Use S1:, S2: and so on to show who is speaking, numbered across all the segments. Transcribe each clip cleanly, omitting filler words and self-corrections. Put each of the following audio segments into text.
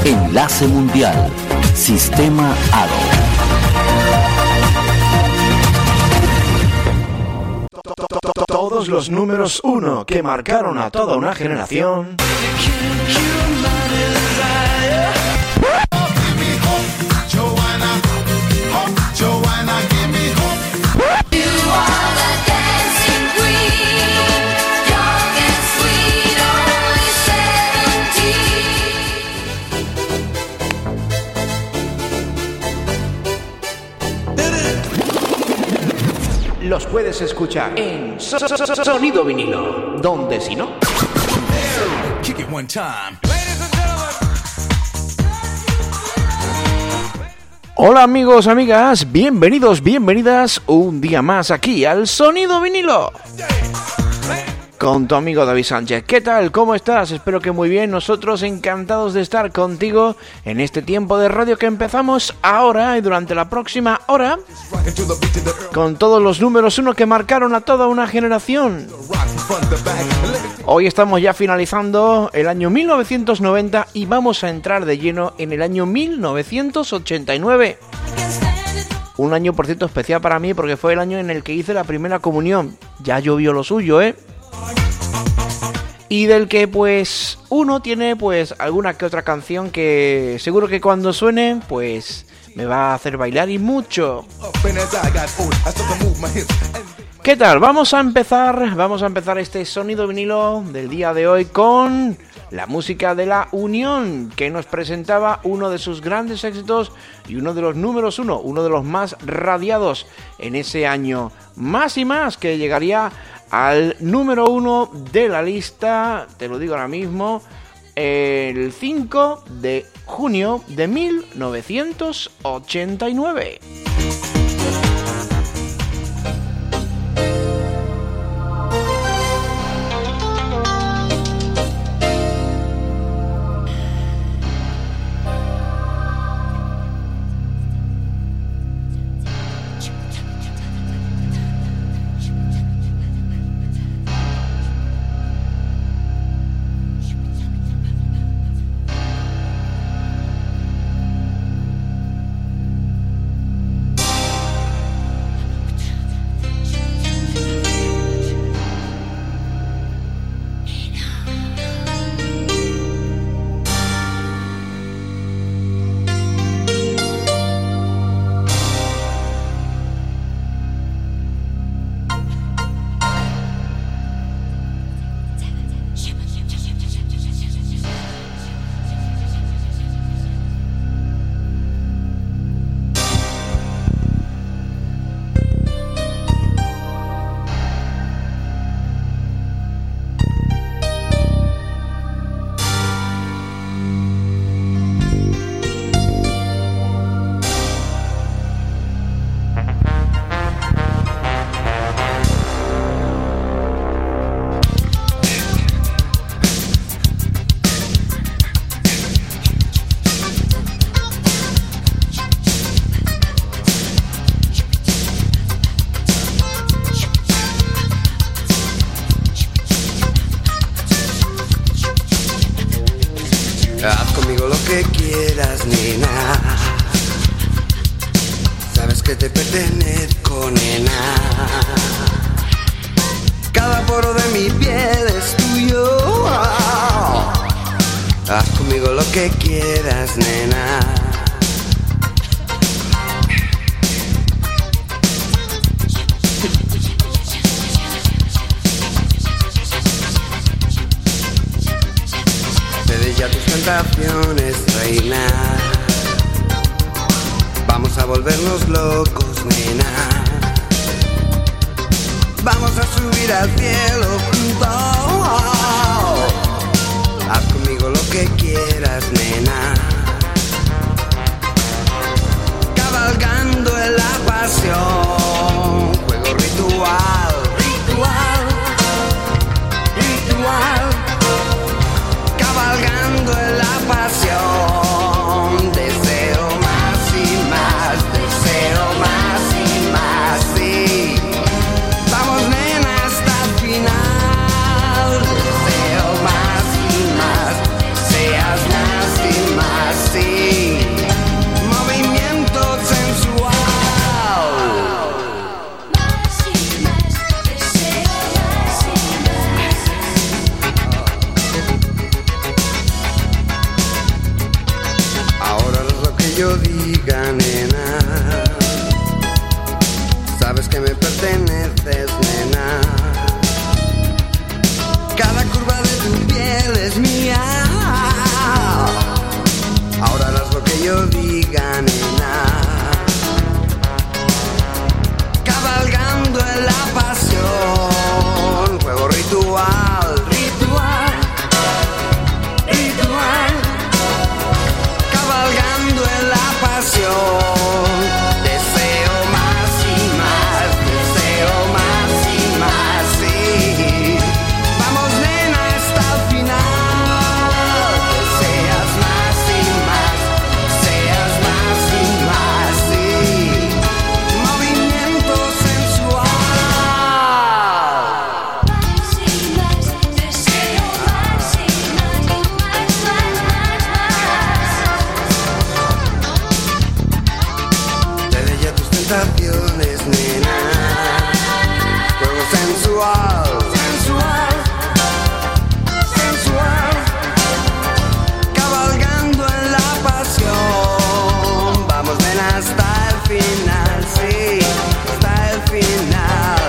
S1: Enlace Mundial, Sistema Aro.
S2: Todos los números uno que marcaron a toda una generación. Los puedes escuchar en Sonido Vinilo, donde si no. Hola amigos, amigas, bienvenidos, bienvenidas un día más aquí al Sonido Vinilo. Con tu amigo David Sánchez. ¿Qué tal? ¿Cómo estás? Espero que muy bien. Nosotros encantados de estar contigo en este tiempo de radio que empezamos ahora y durante la próxima hora con todos los números uno que marcaron a toda una generación. Hoy estamos ya finalizando el año 1990 y vamos a entrar de lleno en el año 1989. Un año, por cierto, especial para mí porque fue el año en el que hice la primera comunión. Ya llovió lo suyo, y del que pues uno tiene pues alguna que otra canción que seguro que cuando suene pues me va a hacer bailar y mucho. ¿Qué tal? Vamos a empezar este Sonido Vinilo del día de hoy con la música de La Unión, que nos presentaba uno de sus grandes éxitos y uno de los números uno, uno de los más radiados en ese año. Más y más, que llegaría al número uno de la lista, te lo digo ahora mismo, el 5 de junio de 1989.
S3: Haz conmigo lo que quieras, nena. Sabes que te pertenezco, nena. Cada poro de mi piel es tuyo. Haz conmigo lo que quieras, nena. Ya tus tentaciones, reina. Vamos a volvernos locos, nena. Vamos a subir al cielo juntos. Haz conmigo lo que quieras, nena. Cabalgando en la pasión. Juego ritual, ritual, ritual. Cabalgando en la pasión, deseo más y más, deseo más y más, sí. Vamos, nena, hasta el final. Deseo más y más, deseas más y más. yo diga, nena. Sabes que me perteneces, nena. Cada curva de tu piel es mía. Ahora harás lo que yo diga, nena. Cabalgando en la pasión, juego ritual, ritual, ritual. Cabalgando en la pasión, deseo más y más, deseo más y más, sí. Vamos, nena, hasta el final. Deseas más y más, deseas más y más, sí. Movimiento sensual.
S4: Más y más, deseo más y más, más,
S3: Dale ya tus tentaciones, nena. Juego sensual, sensual, sensual. Cabalgando en la pasión. Vamos, nena, hasta el final, sí, hasta el final.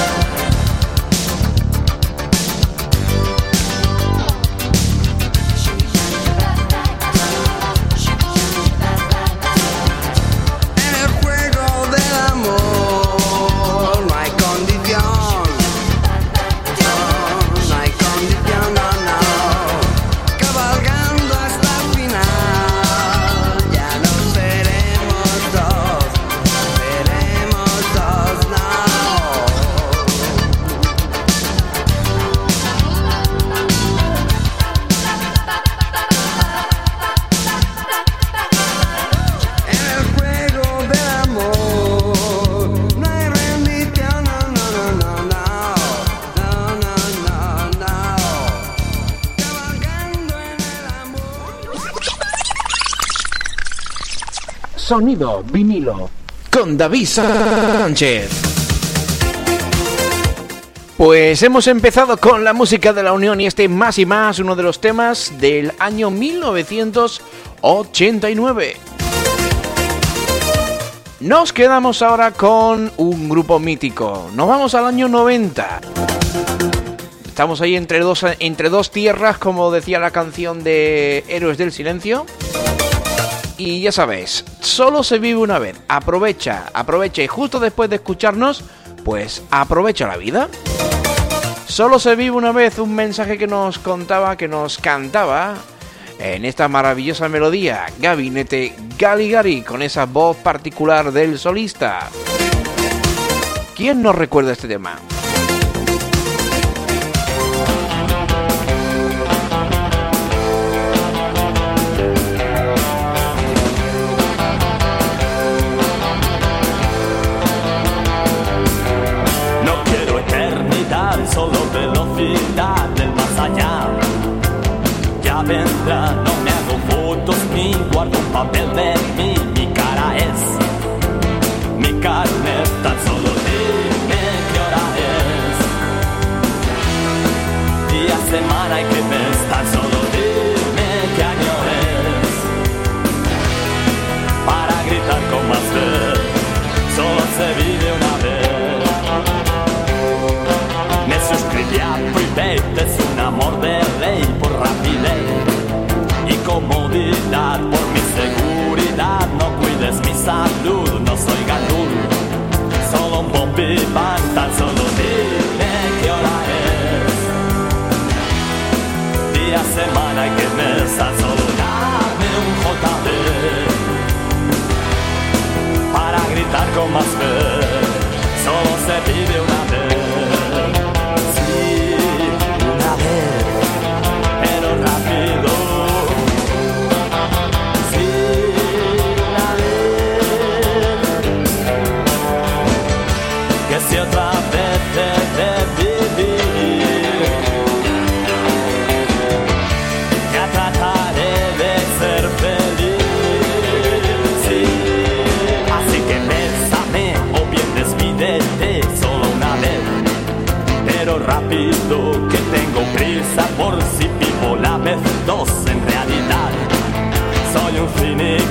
S3: En el juego del amor no hay condición. No, no hay condición, no, no. Cabalgando hasta el final. Ya no seremos dos, no. En el juego del amor no hay rendición, no, no, no, no, no, no, no, no, no. Cabalgando en el amor.
S2: Sonido vinilo con David Sánchez. Pues hemos empezado con la música de la Unión y este Más y Más, uno de los temas del año 1989. Nos quedamos ahora con un grupo mítico. Nos vamos al año 90. Estamos ahí entre dos tierras, como decía la canción de Héroes del Silencio. Y ya sabéis, solo se vive una vez. Aprovecha y justo después de escucharnos, pues aprovecha la vida. Solo se vive una vez, un mensaje que nos contaba, que nos cantaba en esta maravillosa melodía, Gabinete Galigari, con esa voz particular del solista. ¿Quién nos recuerda este tema?
S5: No quiero eternidad, solo velocidad del más allá. Ya vendrá, no me hago fotos ni guardo un papel de mí. Mi cara es mi carne, tan solo dime qué hora es. Día, semana y qué mes, tan solo dime qué año es. Para gritar con más fe, solo se vive una vez. Me suscribí a Private, es un amor de ley por rapidez y comodidad, por mi seguridad. No cuides mi salud, no soy Galul, solo un Bobby Band, tan solo dime qué hora es. Día, semana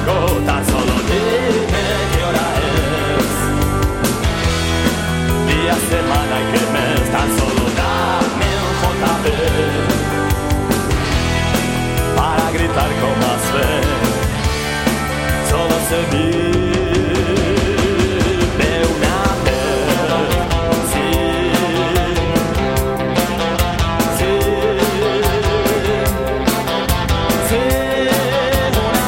S5: vengo, tan solo dime qué hora es. Día, semana y qué mes, tan solo dame un JB para gritar con más fe. Solo se vive una vez, sí, sí, sí, una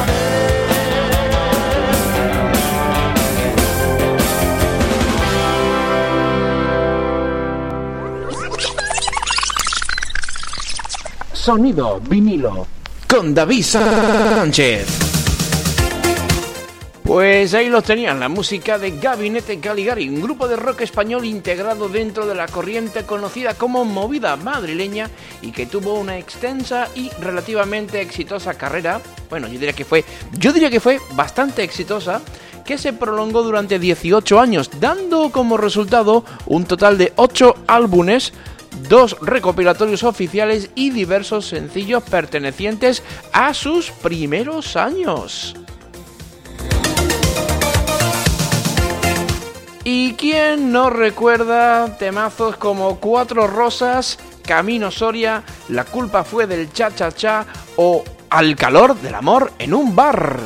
S2: vez. Sonido vinilo con David Sánchez. Pues ahí los tenían, la música de Gabinete Caligari, un grupo de rock español integrado dentro de la corriente conocida como movida madrileña y que tuvo una extensa y relativamente exitosa carrera. Bueno, yo diría que fue bastante exitosa, que se prolongó durante 18 años, dando como resultado un total de 8 álbumes, 2 recopilatorios oficiales y diversos sencillos pertenecientes a sus primeros años. ¿Y quién no recuerda temazos como Cuatro Rosas, Camino Soria, La culpa fue del cha-cha-cha o Al calor del amor en un bar?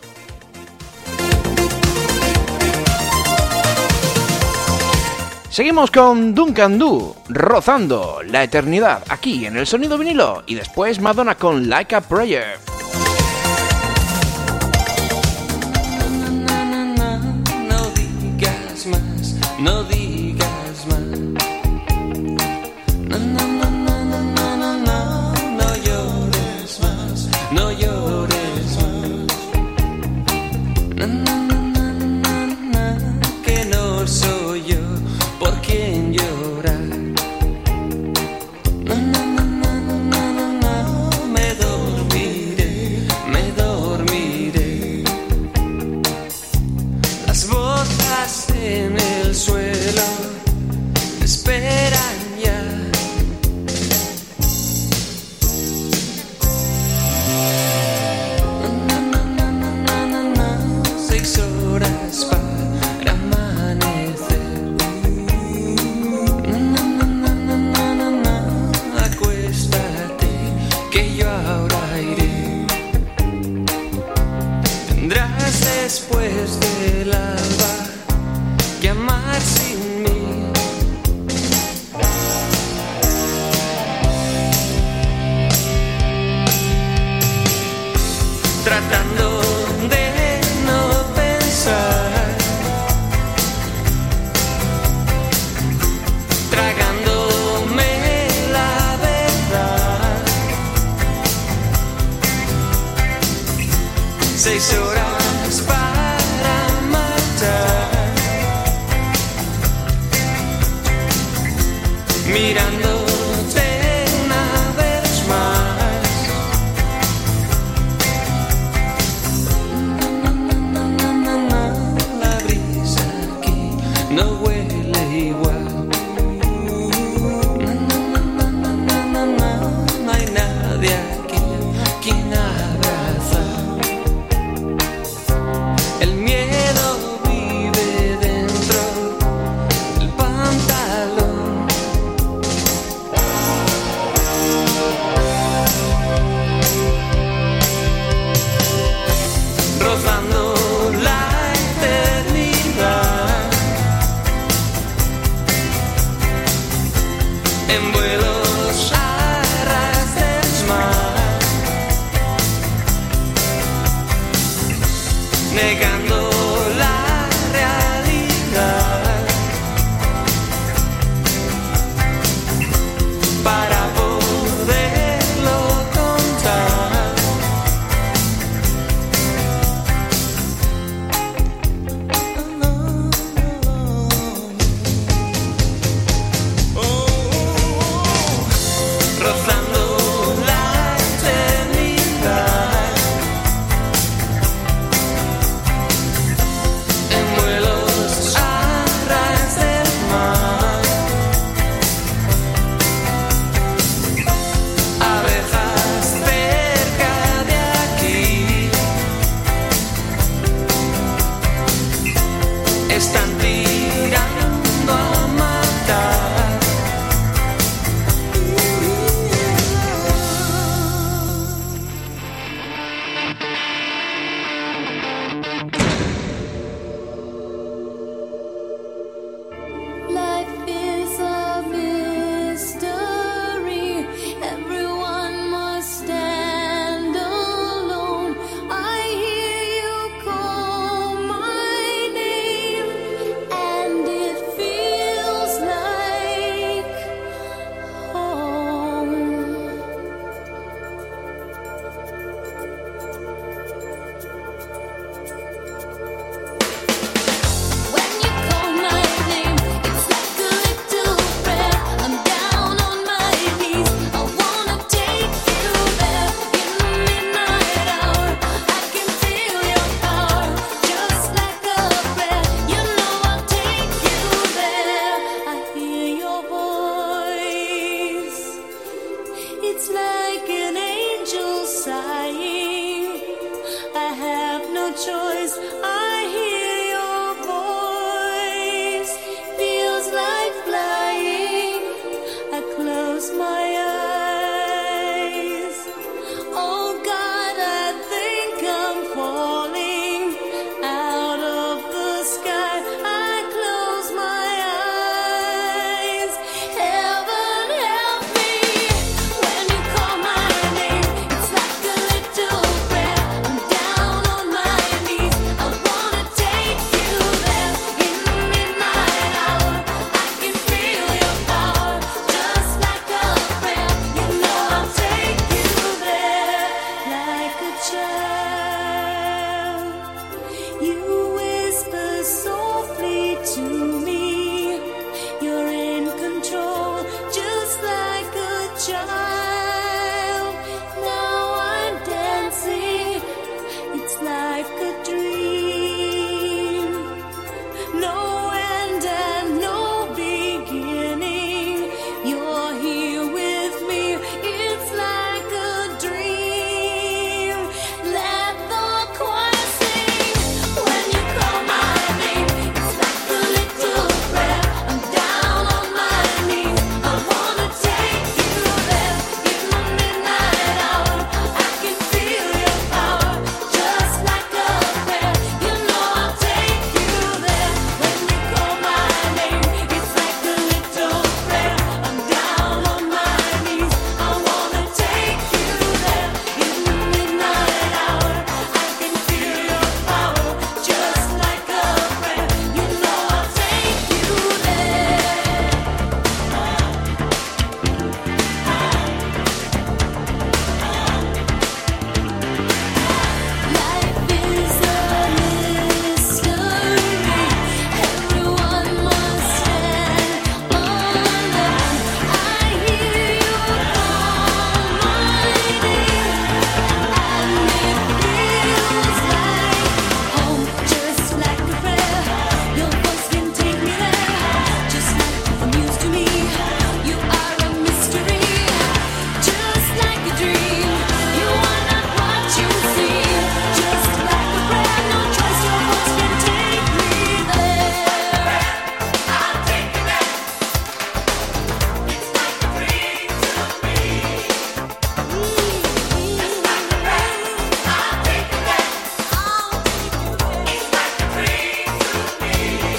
S2: Seguimos con Duncan Du, Rozando la eternidad, aquí en el Sonido Vinilo, y después Madonna con Like a Prayer.
S6: No digas más. No, no, no, no, no, no, no, no, no llores más. No llores más. No, no, no, no, no, no, que no soy yo por quien llorar. No, no, no, no, no, no, no, no, me dormiré, me dormiré. Las botas en el suelo me esperan ya. No, no, no, no, no, no, no, 6 horas para amanecer. No, no, no, no, no, no, no, no, acuéstate que yo ahora iré. Tendrás después del alba que amar sin mí. Tratando de no pensar, tragándome la verdad. 6 horas para marchar, mirándote una vez más. No, no, no, no, no, no, la brisa aquí no huele igual. No, no, no, no, no, no, no, no hay nadie aquí quien abrazar. El miedo vive dentro del pantalón. Rozando la eternidad en vuelos a ras del mar, negando la realidad para poderlo contar. Rozando la eternidad
S4: no choice. I hear your voice. Feels like flying. I close my eyes. Oh God, I think I'm falling out of the sky. I close my eyes. Heaven help me when you call my name. It's like a little prayer. I'm down on my knees. I wanna take you there in the midnight hour. I can feel your power, just like a prayer. You know I'll take you there like a child. You whisper softly to me. You're in control, just like a child. Now I'm dancing. It's like a dream. No end and no beginning. You're here with me. It's like a dream. Let the choir sing when you call my name. It's like a little prayer. I'm down on my knees. I wanna take you there in the midnight hour. I can feel your power, just like a prayer. You know I'll take you there when you call my name. It's like a little prayer. I'm down on my knees. I wanna take you there in the midnight hour. I can feel your power, just like a prayer. You know I'll take you there. Life is a mystery. Everyone must stand alone. I hear you call my name, and it feels like home, just like a prayer. Your voice can take me there, just like a muse to me. You are a mystery, just like a dream. You are not what you seem, just like a prayer. No choice, your voice can take me there. I'll take you there. It's like a dream to me. Just like a prayer. I'll take you there. It's like a dream to me.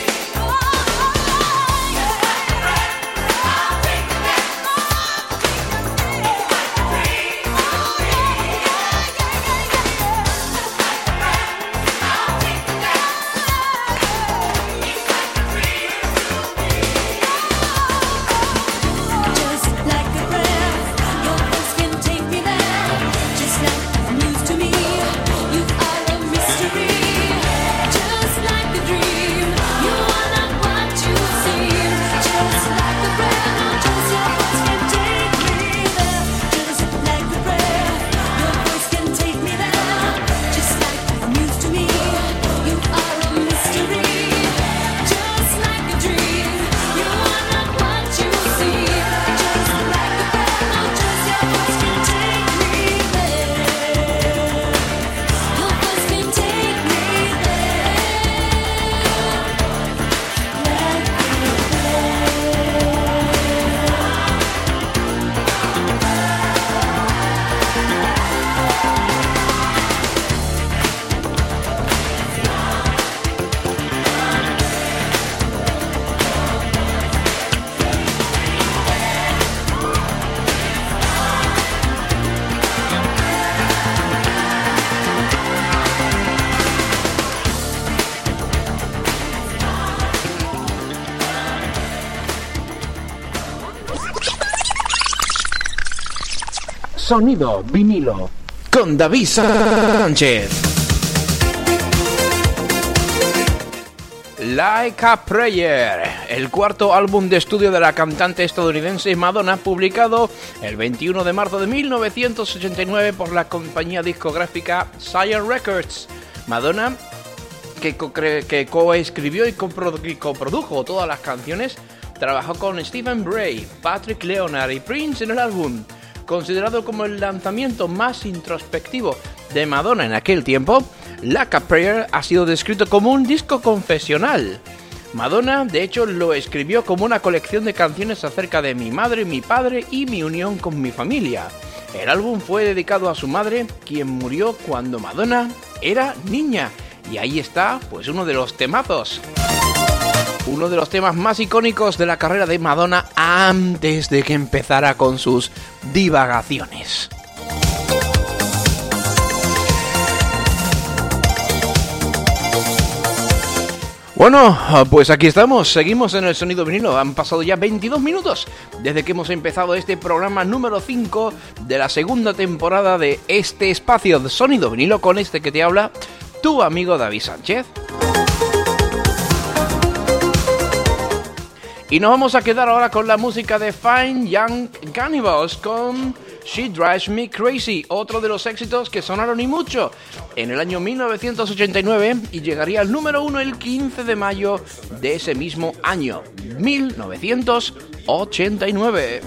S4: Just like a prayer, your voice can take me there. Just like a muse to me, you are a mystery. Just like a dream, you are not what you seem. Just like a prayer, no choice, your voice can take me there. Just like a prayer, your voice can take me there. Just like a muse to me, you are a mystery. Just like a dream, you are not what you seem. Just like a prayer, no choice, your voice can take me there. Your voice can take me
S2: Sonido vinilo con David Sánchez. Like a Prayer, el cuarto álbum de estudio de la cantante estadounidense Madonna, publicado el 21 de marzo de 1989 por la compañía discográfica Sire Records. Madonna, que coescribió y coprodujo todas las canciones, trabajó con Stephen Bray, Patrick Leonard y Prince en el álbum. Considerado como el lanzamiento más introspectivo de Madonna en aquel tiempo, Like a Prayer ha sido descrito como un disco confesional. Madonna, de hecho, lo escribió como una colección de canciones acerca de mi madre, mi padre y mi unión con mi familia. El álbum fue dedicado a su madre, quien murió cuando Madonna era niña. Y ahí está, pues uno de los temazos. Uno de los temas más icónicos de la carrera de Madonna antes de que empezara con sus divagaciones. Bueno, pues aquí estamos, seguimos en el Sonido Vinilo. Han pasado ya 22 minutos desde que hemos empezado este programa número 5 de la segunda temporada de este espacio de Sonido Vinilo, con este que te habla tu amigo David Sánchez. Y nos vamos a quedar ahora con la música de Fine Young Cannibals con She Drives Me Crazy, otro de los éxitos que sonaron y mucho en el año 1989 y llegaría al número 1 el 15 de mayo de ese mismo año, 1989.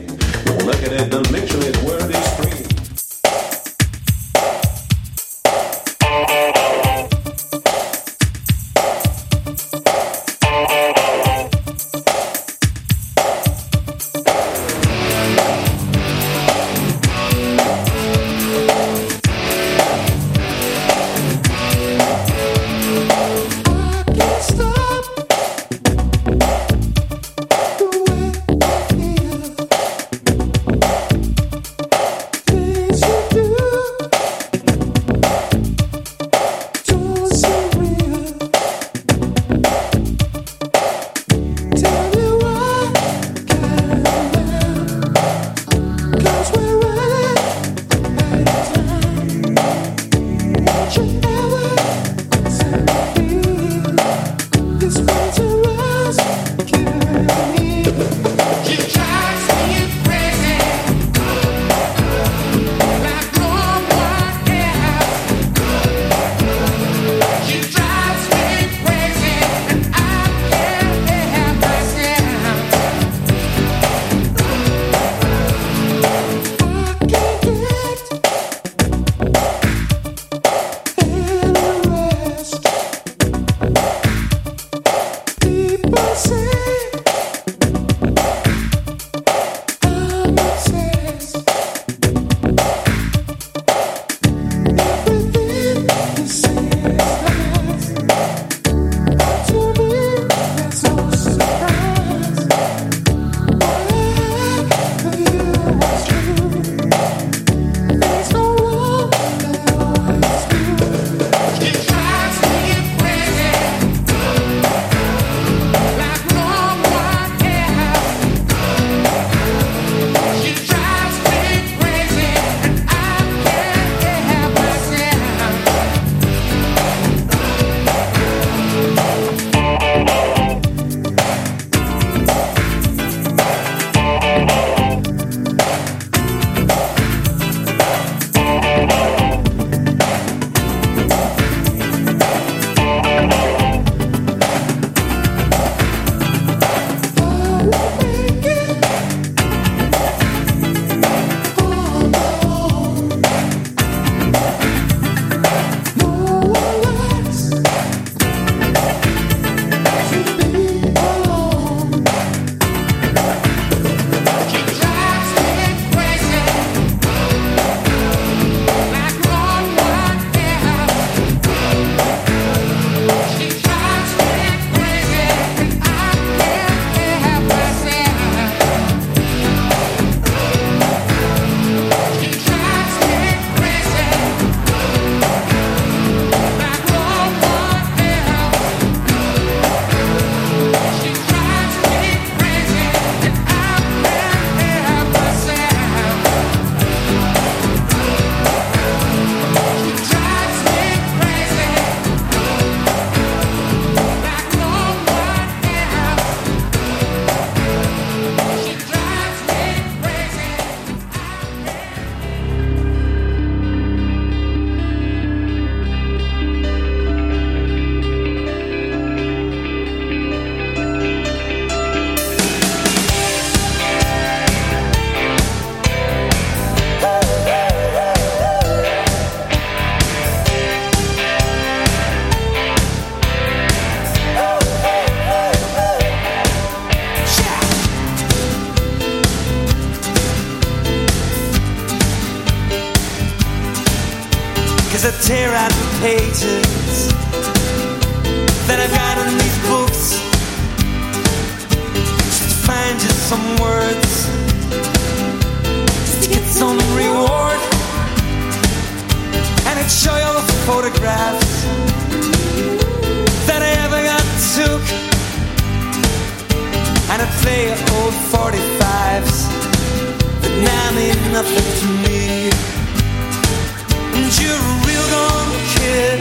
S6: as I tear out the pages that I got in these books, just to find just some words, just to get some reward, and I'd show you all the photographs that I ever got took, and I'd play old 45s that now mean nothing to me. And you're a real gone kid.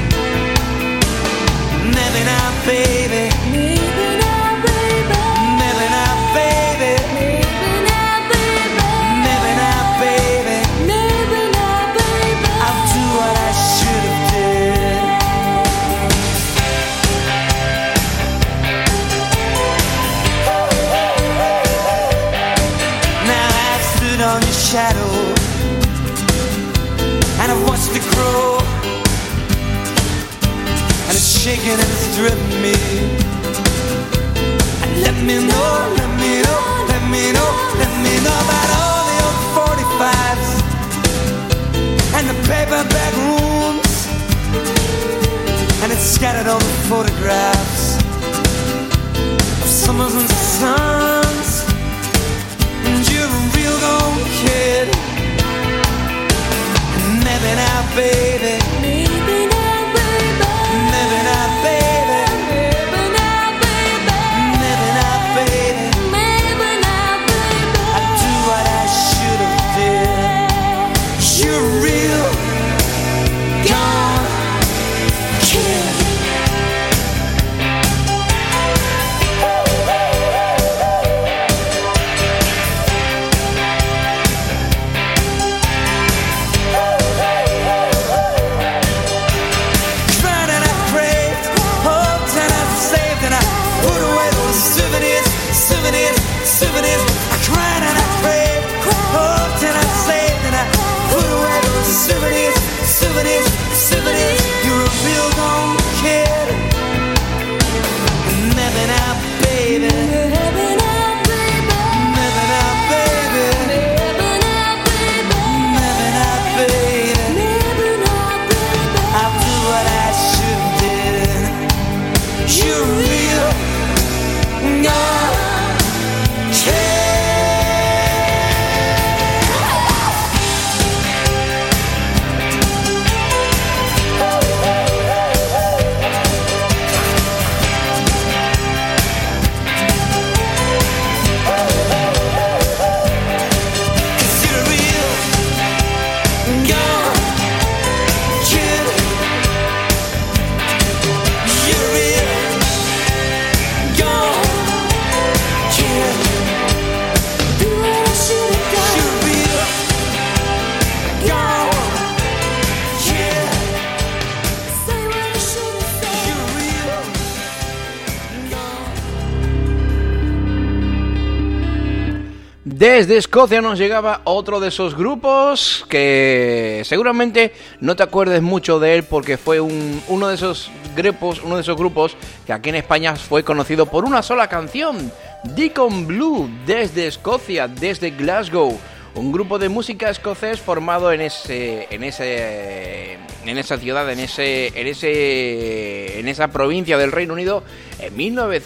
S6: Maybe not, baby.
S4: Maybe not, baby.
S6: Maybe not, baby.
S4: Maybe not, baby.
S6: Maybe not, baby.
S4: Maybe not, baby.
S6: I'll do what I should have did. Now I stood on your shadow, and I've watched it grow, and it's shaking and it's driven me. And let me know, let me know, let me know, let me know about all the old 45s and the paperback rooms, and it's scattered all the photographs of summers and suns. And you're a real gone kid. Maybe not, baby.
S4: Maybe not, baby.
S6: Maybe not, baby.
S4: Maybe not, baby.
S6: Maybe not, baby.
S4: Maybe not, baby.
S6: I'd do what I should have did. You're a real gone kid. Cried and I prayed, hoped and I saved, and I put away those souvenirs, souvenirs, souvenirs. I cried and I prayed, hoped and I saved, and I put away those souvenirs, souvenirs, souvenirs. You're a real gone kid. Maybe not, baby.
S4: Maybe not, baby.
S6: Maybe not, baby.
S4: Maybe not, baby.
S6: Maybe not, baby.
S4: Maybe not, baby.
S6: I'll do what I should have did. You're real gone kid.
S2: Desde Escocia nos llegaba otro de esos grupos que seguramente no te acuerdes mucho de él porque fue uno de esos grupos que aquí en España fue conocido por una sola canción, Deacon Blue, desde Escocia, desde Glasgow. Un grupo de música escocés formado en esa ciudad, en esa provincia del Reino Unido en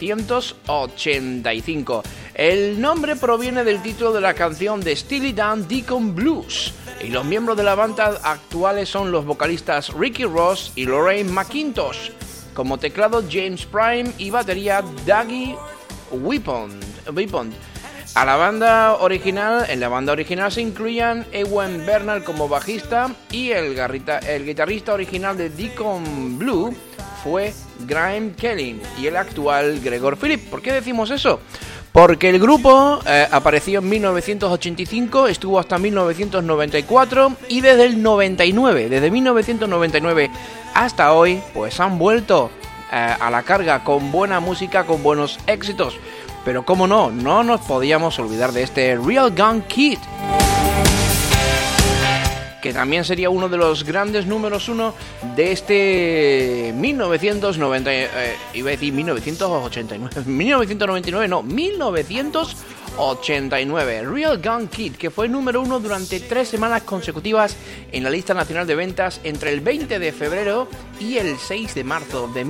S2: 1985. El nombre proviene del título de la canción de Steely Dan, Deacon Blues. Y los miembros de la banda actuales son los vocalistas Ricky Ross y Lorraine McIntosh. Como teclado James Prime y batería Dougie Whipond. En la banda original se incluían Ewan Bernal como bajista y el guitarrista original de Deacon Blue fue Graeme Kelly y el actual Gregor Philip. ¿Por qué decimos eso? Porque el grupo apareció en 1985, estuvo hasta 1994 y desde 1999 hasta hoy, pues han vuelto a la carga con buena música, con buenos éxitos. Pero cómo no nos podíamos olvidar de este Real Gun Kid, que también sería uno de los grandes números uno de este 1989, 89. Real Gun Kid, que fue número 1 durante 3 semanas consecutivas en la lista nacional de ventas entre el 20 de febrero y el 6 de marzo de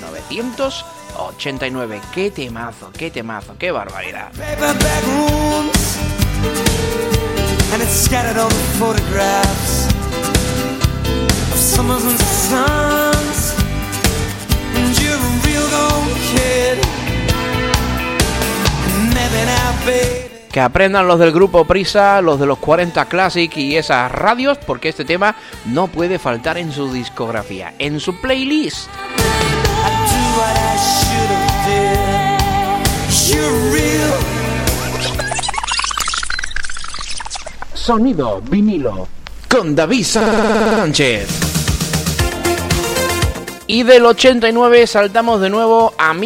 S2: 1989. ¡Qué temazo, qué temazo, qué barbaridad!
S3: Paperback rooms, and it's scattered on the photographs of summers and suns. And you're a real gone kid. Maybe now, baby.
S2: Que aprendan los del grupo Prisa, los de los 40 Classic y esas radios, porque este tema no puede faltar en su discografía, en su playlist.
S3: I do what I should have did. You're real.
S2: Sonido vinilo con David Sánchez. Y del 89 saltamos de nuevo a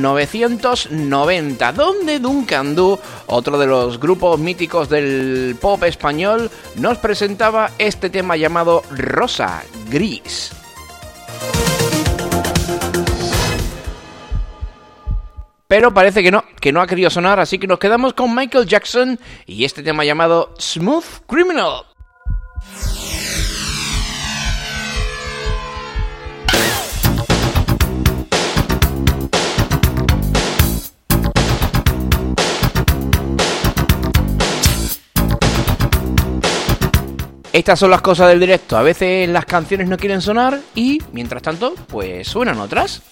S2: 1990, donde Duncan Du, otro de los grupos míticos del pop español, nos presentaba este tema llamado Rosa Gris. Pero parece que no ha querido sonar, así que nos quedamos con Michael Jackson y este tema llamado Smooth Criminal. Estas son las cosas del directo. A veces las canciones no quieren sonar y, mientras tanto, pues suenan otras.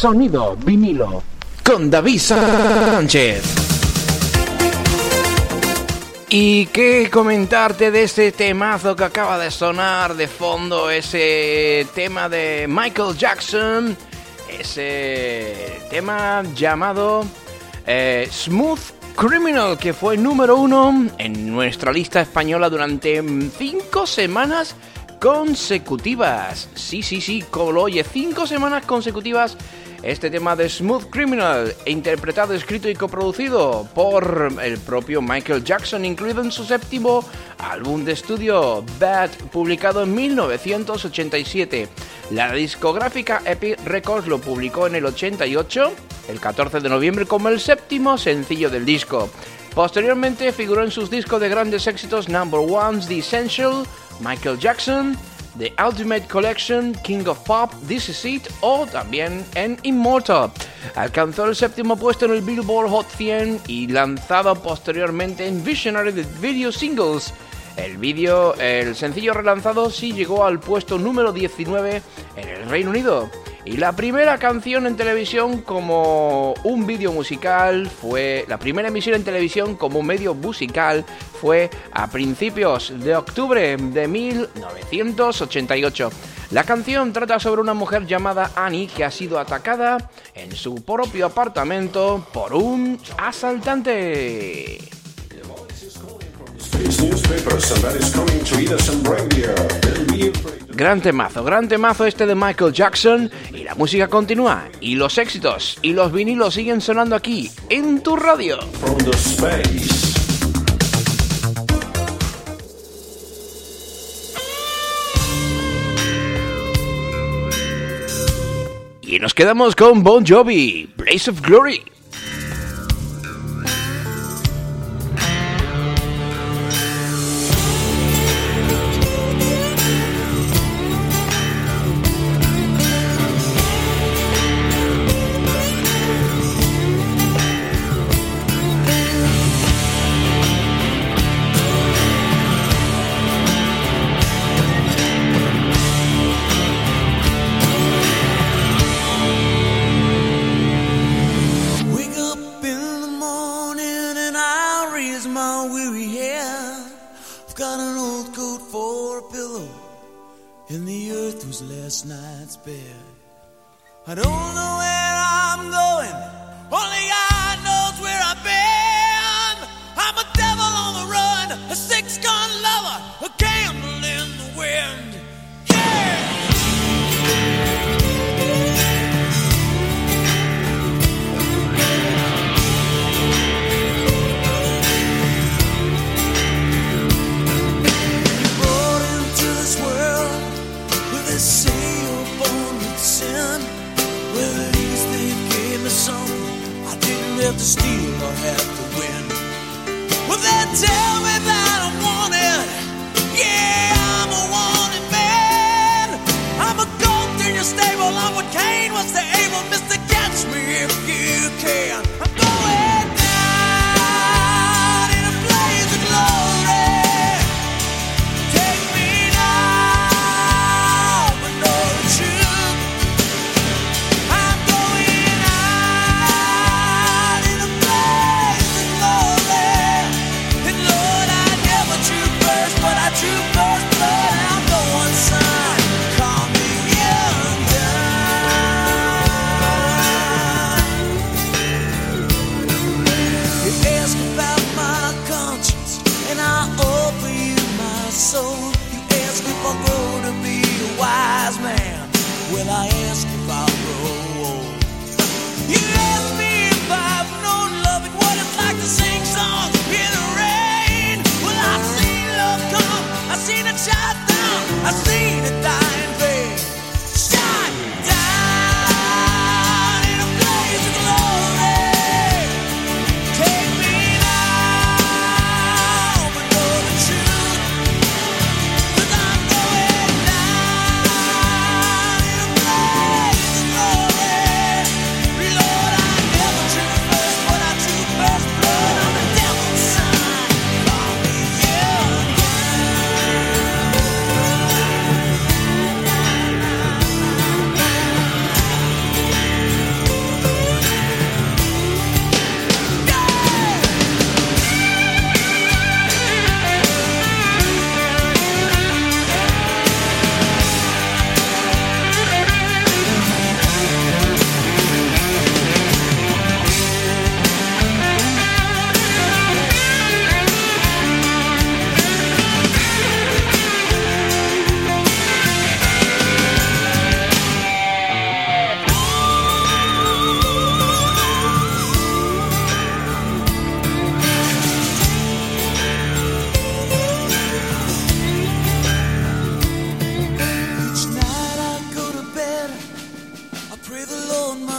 S2: Sonido vinilo con David Sánchez. Y qué comentarte de este temazo que acaba de sonar de fondo, ese tema de Michael Jackson, ese tema llamado Smooth Criminal, que fue número 1 en nuestra lista española durante 5 semanas consecutivas. Sí, como lo oye, 5 semanas consecutivas. Este tema de Smooth Criminal, interpretado, escrito y coproducido por el propio Michael Jackson, incluido en su 7º álbum de estudio, Bad, publicado en 1987. La discográfica Epic Records lo publicó en el 88, el 14 de noviembre, como el 7º sencillo del disco. Posteriormente figuró en sus discos de grandes éxitos Number One's The Essential, Michael Jackson, The Ultimate Collection, King of Pop, This Is It, o también en Immortal. Alcanzó el 7º puesto en el Billboard Hot 100 y lanzado posteriormente en Visionary de Video Singles. El sencillo relanzado sí llegó al puesto número 19 en el Reino Unido. Y la primera canción en televisión como un vídeo musical fue... La primera emisión en televisión como medio musical fue a principios de octubre de 1988. La canción trata sobre una mujer llamada Annie que ha sido atacada en su propio apartamento por un asaltante. Gran temazo este de Michael Jackson, y la música continúa, y los éxitos y los vinilos siguen sonando aquí en tu radio. Y nos quedamos con Bon Jovi, Blaze of Glory.
S7: I don't know where I'm going, only God knows where I've been. I'm a devil on the run, a six-gun lover, a candle in the wind. Yeah! You're brought into this world with this say you're born with sin. Well, at least they gave me something. I didn't have to steal or have to win. Well, they tell me that I'm wanted. Yeah, I'm a wanted man. I'm a goat in your stable. I'm what Cain was to Abel. Mister, catch me if you can. I'm going down in a blaze of glory. Take me now, but know the truth. I seen it dying fade, shot down in a blaze of glory. Take me now, but know the truth, 'cause I'm going down in a blaze of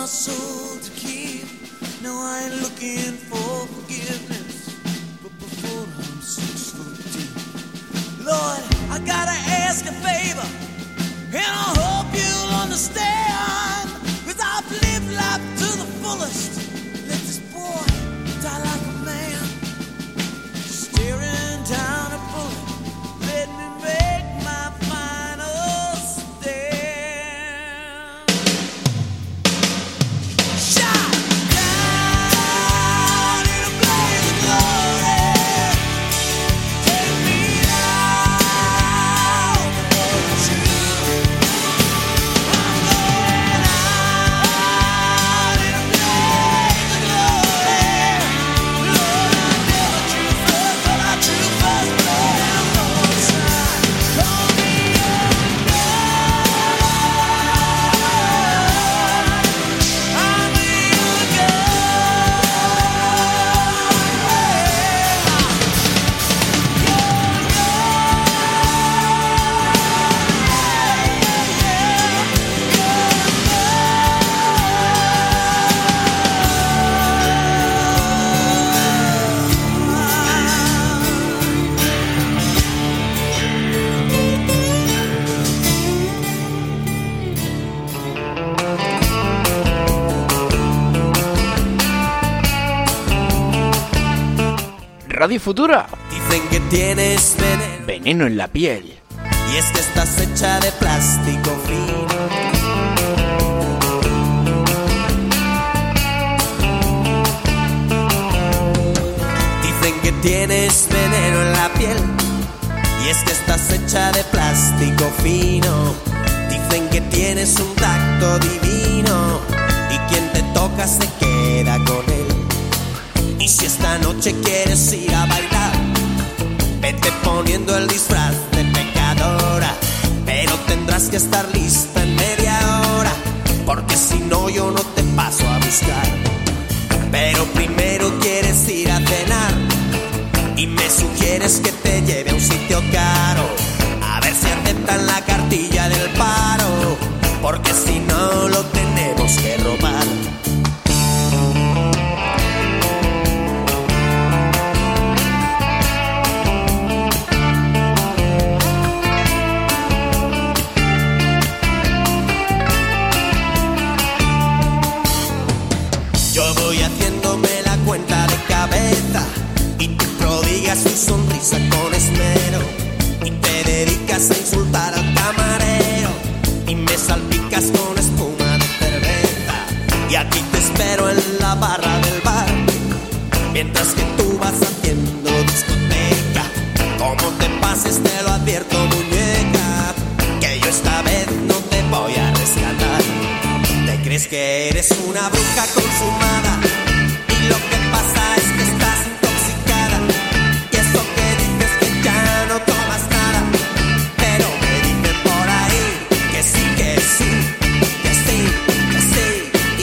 S7: my soul to keep. No, I ain't looking for forgiveness, but before I'm 6 foot deep. Lord, I gotta ask a favor, and I hope you'll understand, 'cause I've lived life to the fullest. Let this boy die like a man, staring down a bullet. Let me make my final stand. Shot down in a blaze of glory. Take me out before the truth. I'm going out in a blaze of glory. Lord, I never drew first, but I drew first blood. I'm gonna shine. Call me I'm a young
S2: Radio Futura,
S6: Dicen que tienes veneno
S2: veneno en la piel.
S6: y es que estás hecha de plástico fino. Dicen que tienes veneno en la piel y es que estás hecha de plástico fino. Dicen que tienes un tacto divino y quien te toca se queda con él. Y si esta noche quieres ir a bailar, vete poniendo el disfraz de pecadora, pero tendrás que estar lista en media hora, porque si no yo no te paso a buscar. Pero primero quieres ir a cenar y me sugieres que te lleve a un sitio caro, a ver si aceptan la cartilla del paro, porque si no lo tenemos que robar. Yo voy haciéndome la cuenta de cabeza y te prodigas tu sonrisa con esmero y te dedicas a insultar al camarero y me salpicas con espuma de cerveza y aquí te espero en la barra del bar mientras que tú vas haciendo discoteca. Como te pases te lo advierto, muñeca, que yo esta vez no te voy a rescatar. Te crees que eres una bruja consumada y lo que pasa es que estás intoxicada. Y eso que dices que ya no tomas nada, pero me dicen por ahí que sí, que sí, que sí, que sí. Y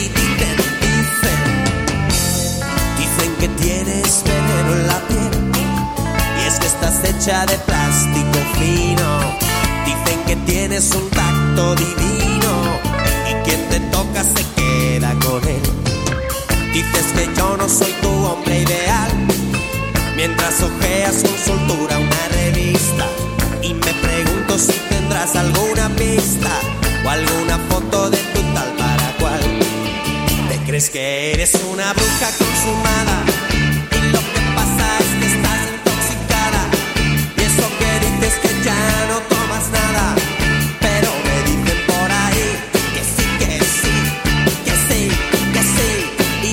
S6: dicen que tienes veneno en la piel y es que estás hecha de plástico fino. Dicen que tienes un tacto divino y quien te toca se queda con él. Dices que yo no soy tu hombre ideal, mientras ojeas con soltura una revista y me pregunto si tendrás alguna pista o alguna foto de tu tal para cual. Te crees que eres una bruja consumada y lo que pasa es que estás intoxicada. Y eso que dices que ya no tomas nada, pero me dicen por ahí que sí, que sí, que sí, que sí. Y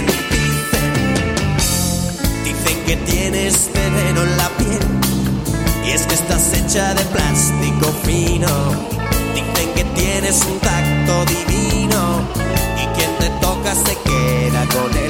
S6: dicen que tienes veneno en la piel y es que estás hecha de plástico fino. Dicen que tienes un tacto divino y quien te toca se queda con él.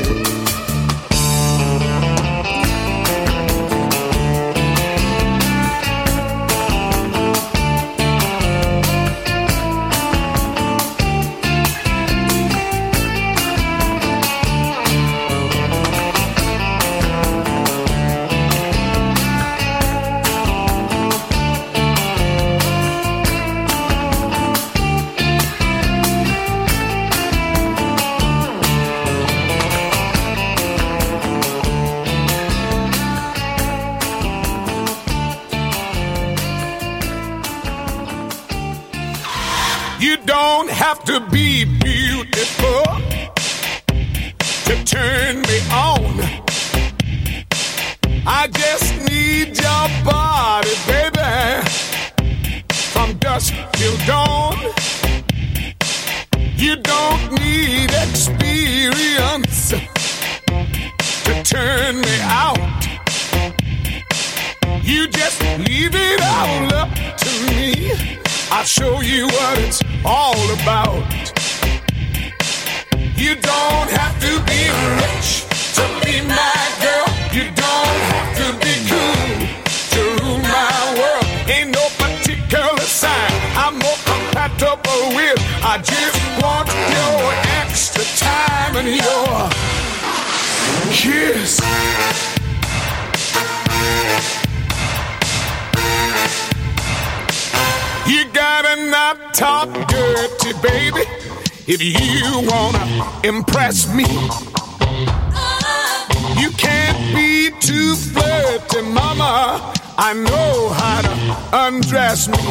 S8: don't have to be beautiful to turn me on. I just need your body, baby, from dusk till dawn. You don't need experience to turn me out. You just leave it all up to me. I'll show you what it's all about. You don't have to be rich to be my girl. You don't have to be cool to rule my world. Ain't no particular sign I'm more compatible with. I just want your extra time and your kiss. You gotta not talk dirty, baby, if you wanna impress me. You can't be too flirty, mama. I know how to undress me.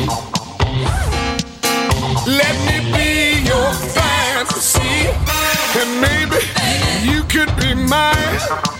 S8: Let me be your fantasy, and maybe you could be mine.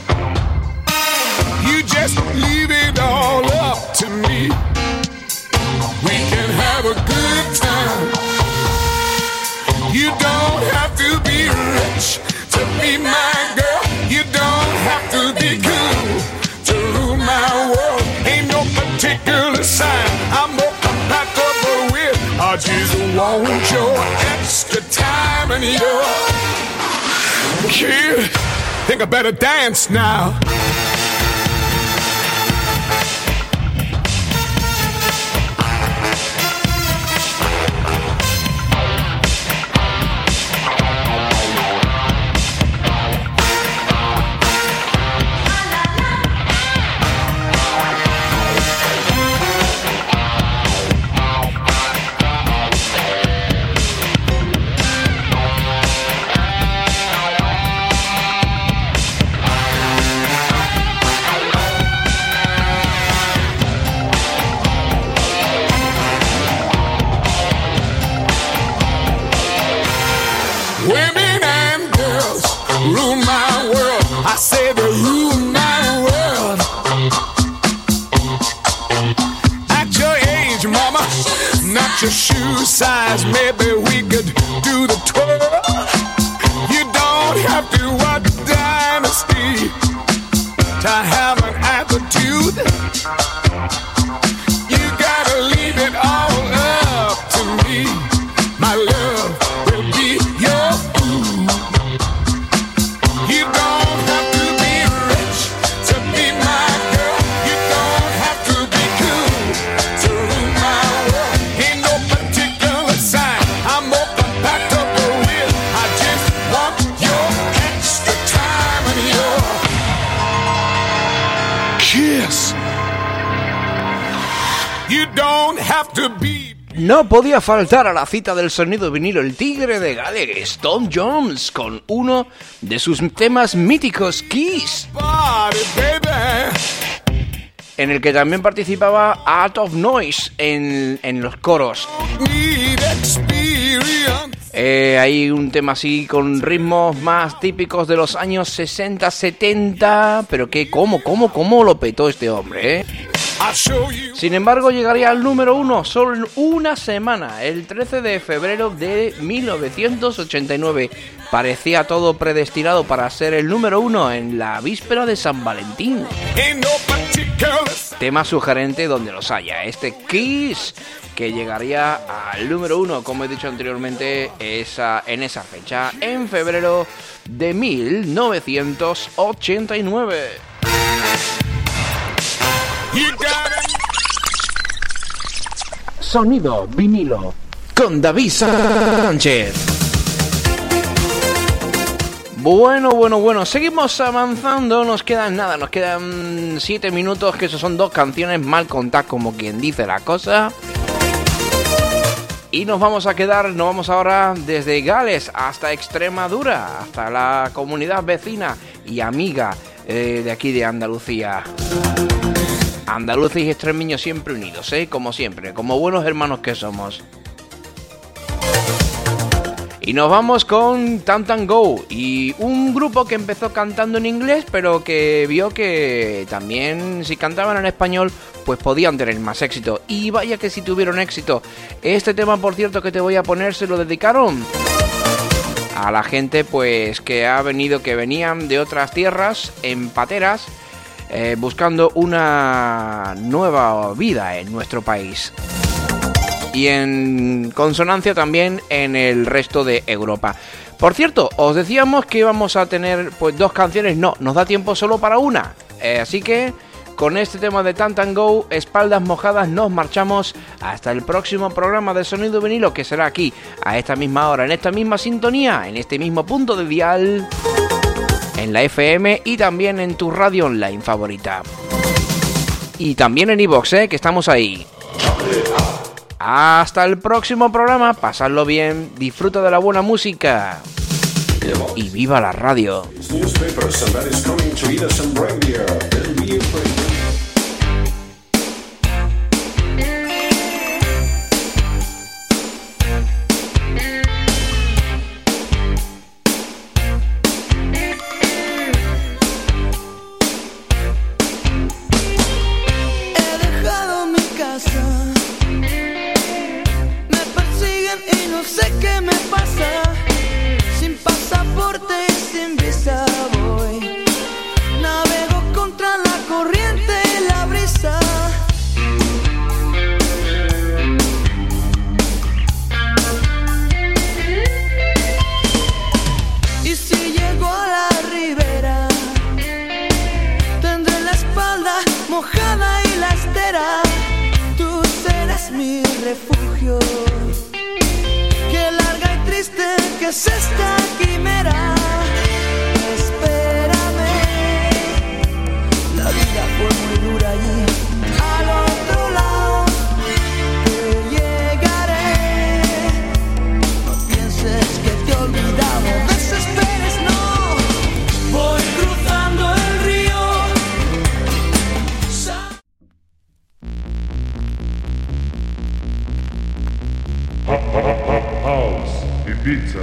S8: You just leave it all up to me. We can have a good time. You don't have to be rich to be my girl. You don't have to be cool to rule my world. Ain't no particular sign I'm more compatible with. I just want your extra time and your kid. Think I better dance now. Women and girls rule my world. I say they rule my world. At your age, mama, not your shoe size. Maybe we could do the twirl. You don't have to watch Dynasty to have an attitude. You gotta leave it all up to me. My love will be your food. You don't have to be rich to be my girl. You don't have to be cool to rule my world. Ain't no particular sign I'm more compatible with. I just want your extra time and your kiss. You don't have to be.
S2: No podía faltar a la cita del sonido vinilo el tigre de Gales, Tom Jones, con uno de sus temas míticos, Kiss, en el que también participaba Out of Noise en los coros. Hay un tema así con ritmos más típicos de los años 60-70, pero que cómo lo petó este hombre, ¿eh? Sin embargo, llegaría al número 1 solo en una semana, el 13 de febrero de 1989. Parecía todo predestinado para ser el número 1 en la víspera de San Valentín. Tema sugerente donde los haya. Este Kiss, que llegaría al número 1, como he dicho anteriormente, en esa fecha, en febrero de 1989. Sonido vinilo con David Sánchez. Bueno, seguimos avanzando, nos quedan 7 minutos, que esos son 2 canciones mal contadas, como quien dice la cosa. Y nos vamos ahora desde Gales hasta Extremadura, hasta la comunidad vecina y amiga de aquí de Andalucía. Andaluces y extremeños siempre unidos, como siempre, como buenos hermanos que somos. Y nos vamos con Tam Go, y un grupo que empezó cantando en inglés, pero que vio que también si cantaban en español, pues podían tener más éxito. Y vaya que si tuvieron éxito. Este tema, por cierto, que te voy a poner, se lo dedicaron a la gente pues que venían de otras tierras, en pateras, buscando una nueva vida en nuestro país. Y en consonancia también en el resto de Europa. Por cierto, os decíamos que íbamos a tener pues 2 canciones. No, nos da tiempo solo para una. Así que con este tema de Tam Go, espaldas mojadas, nos marchamos hasta el próximo programa de Sonido Vinilo, que será aquí, a esta misma hora, en esta misma sintonía, en este mismo punto de dial, en la FM y también en tu radio online favorita. Y también en iVoox, que estamos ahí. Hasta el próximo programa, pasadlo bien, disfruta de la buena música y viva la radio.
S3: Sé qué me pasa, sin pasaporte y sin visa voy. Navego contra la corriente y la brisa. Y si llego a la ribera, tendré la espalda mojada y la estera. Tú serás mi refugio. Qué larga y triste que es esta quimera. Espérame, la vida fue muy dura allí. Al otro lado que llegaré. No pienses que te he olvidado, desesperes, no. Voy cruzando el río.
S9: House Ibiza.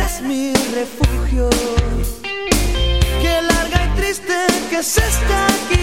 S3: refugio. Qué larga y triste que es esta.